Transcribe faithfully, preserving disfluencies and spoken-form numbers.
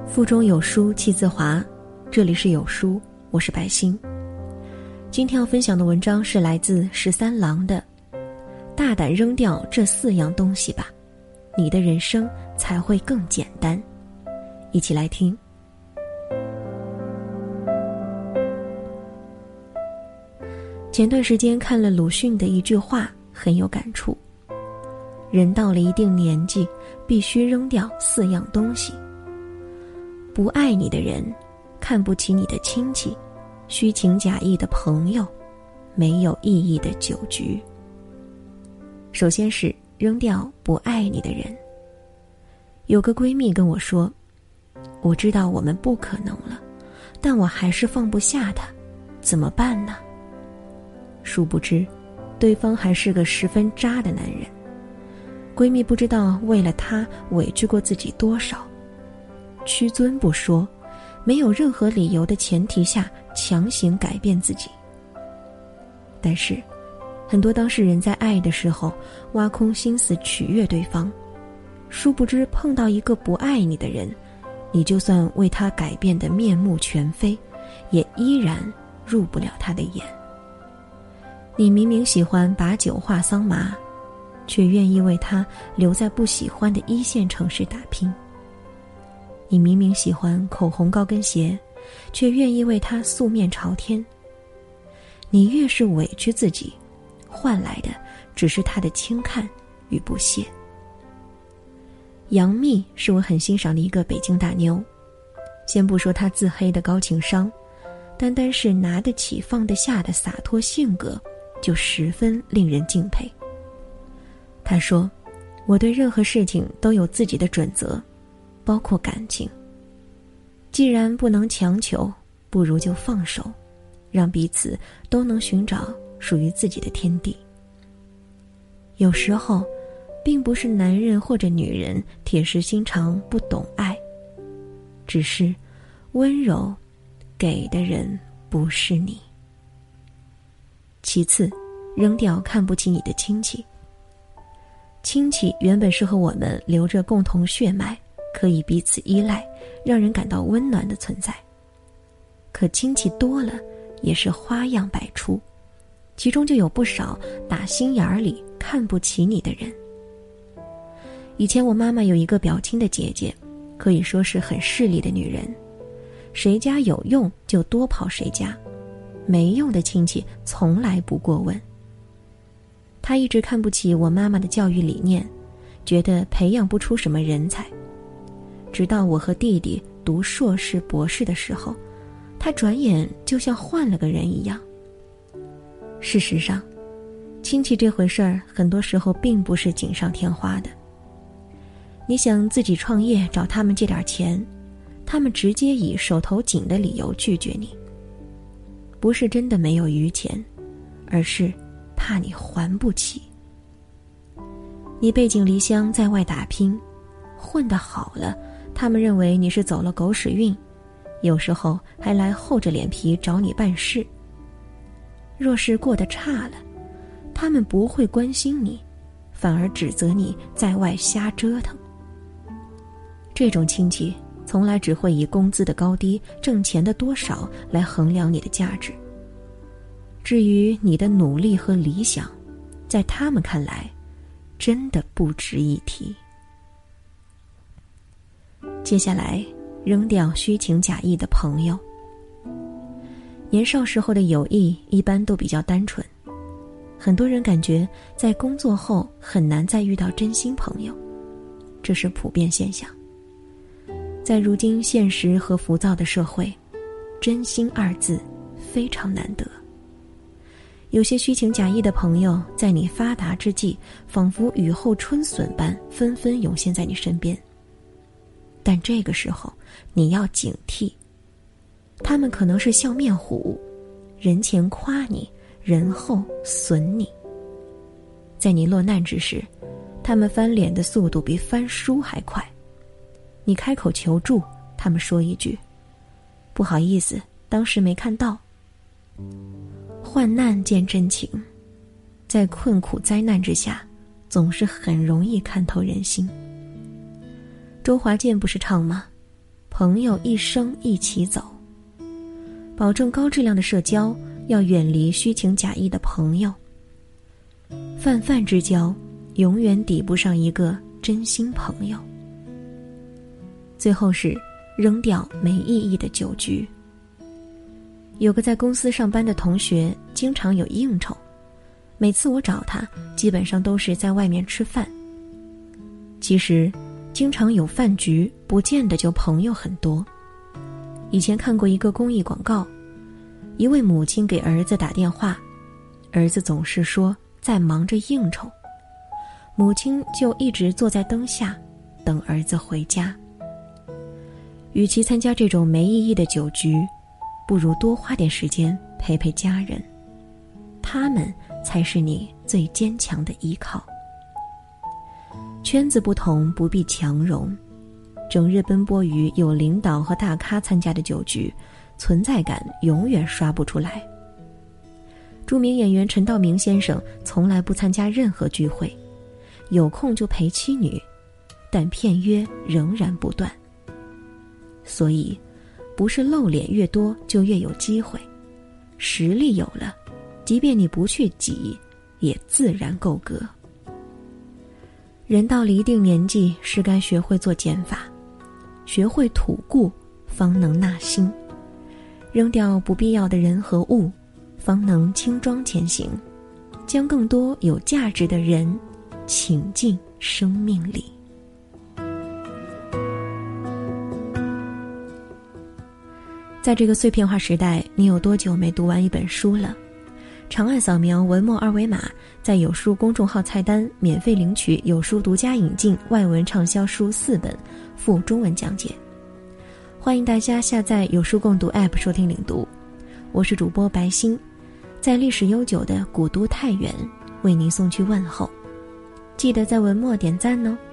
腹中有书气自华，这里是有书，我是白昕。今天要分享的文章是来自十三郎的大胆扔掉这四样东西吧，你的人生才会更简单。一起来听。前段时间看了鲁迅的一句话，很有感触。人到了一定年纪，必须扔掉四样东西：不爱你的人，看不起你的亲戚，虚情假意的朋友，没有意义的酒局。首先是扔掉不爱你的人。有个闺蜜跟我说，我知道我们不可能了，但我还是放不下他，怎么办呢？殊不知，对方还是个十分渣的男人。闺蜜不知道为了他委屈过自己多少，屈尊不说，没有任何理由的前提下强行改变自己。但是很多当事人在爱的时候挖空心思取悦对方，殊不知碰到一个不爱你的人，你就算为他改变得面目全非，也依然入不了他的眼。你明明喜欢把酒话桑麻，却愿意为他留在不喜欢的一线城市打拼。你明明喜欢口红高跟鞋，却愿意为他素面朝天。你越是委屈自己，换来的只是他的轻看与不屑。杨幂是我很欣赏的一个北京大妞，先不说她自黑的高情商，单单是拿得起放得下的洒脱性格就十分令人敬佩。她说，我对任何事情都有自己的准则，包括感情。既然不能强求，不如就放手，让彼此都能寻找属于自己的天地。有时候并不是男人或者女人铁石心肠不懂爱，只是温柔给的人不是你。其次，扔掉看不起你的亲戚。亲戚原本是和我们流着共同血脉，可以彼此依赖，让人感到温暖的存在。可亲戚多了也是花样百出，其中就有不少打心眼里看不起你的人。以前我妈妈有一个表亲的姐姐，可以说是很势利的女人，谁家有用就多跑谁家，没用的亲戚从来不过问。她一直看不起我妈妈的教育理念，觉得培养不出什么人才。直到我和弟弟读硕士博士的时候，她转眼就像换了个人一样。事实上，亲戚这回事儿很多时候并不是锦上添花的。你想自己创业找他们借点钱，他们直接以手头紧的理由拒绝你。不是真的没有余钱，而是怕你还不起。你背井离乡在外打拼，混得好了，他们认为你是走了狗屎运，有时候还来厚着脸皮找你办事。若是过得差了，他们不会关心你，反而指责你在外瞎折腾。这种亲戚从来只会以工资的高低、挣钱的多少来衡量你的价值。至于你的努力和理想，在他们看来真的不值一提。接下来，扔掉虚情假意的朋友。年少时候的友谊一般都比较单纯，很多人感觉在工作后很难再遇到真心朋友，这是普遍现象。在如今现实和浮躁的社会，真心二字非常难得。有些虚情假意的朋友，在你发达之际，仿佛雨后春笋般纷纷涌现在你身边。但这个时候，你要警惕，他们可能是笑面虎，人前夸你，人后损你。在你落难之时，他们翻脸的速度比翻书还快。你开口求助，他们说一句不好意思，当时没看到。患难见真情，在困苦灾难之下，总是很容易看透人心。周华健不是唱吗？ 朋友一生一起走。保证高质量的社交，要远离虚情假意的朋友。泛泛之交永远抵不上一个真心朋友。最后是扔掉没意义的酒局。有个在公司上班的同学经常有应酬，每次我找他基本上都是在外面吃饭。其实经常有饭局不见得就朋友很多。以前看过一个公益广告，一位母亲给儿子打电话，儿子总是说在忙着应酬，母亲就一直坐在灯下等儿子回家。与其参加这种没意义的酒局，不如多花点时间陪陪家人，他们才是你最坚强的依靠。圈子不同，不必强融，整日奔波于有领导和大咖参加的酒局，存在感永远刷不出来。著名演员陈道明先生从来不参加任何聚会，有空就陪妻女，但片约仍然不断。所以不是露脸越多就越有机会，实力有了，即便你不去挤，也自然够格。人到了一定年纪，是该学会做减法，学会吐故，方能纳新。扔掉不必要的人和物，方能轻装前行，将更多有价值的人请进生命里。在这个碎片化时代，你有多久没读完一本书了？长按扫描文末二维码，在有书公众号菜单免费领取有书独家引进外文畅销书四本，附中文讲解。欢迎大家下载有书共读 App 收听领读。我是主播白昕，在历史悠久的古都太原为您送去问候。记得在文末点赞哦。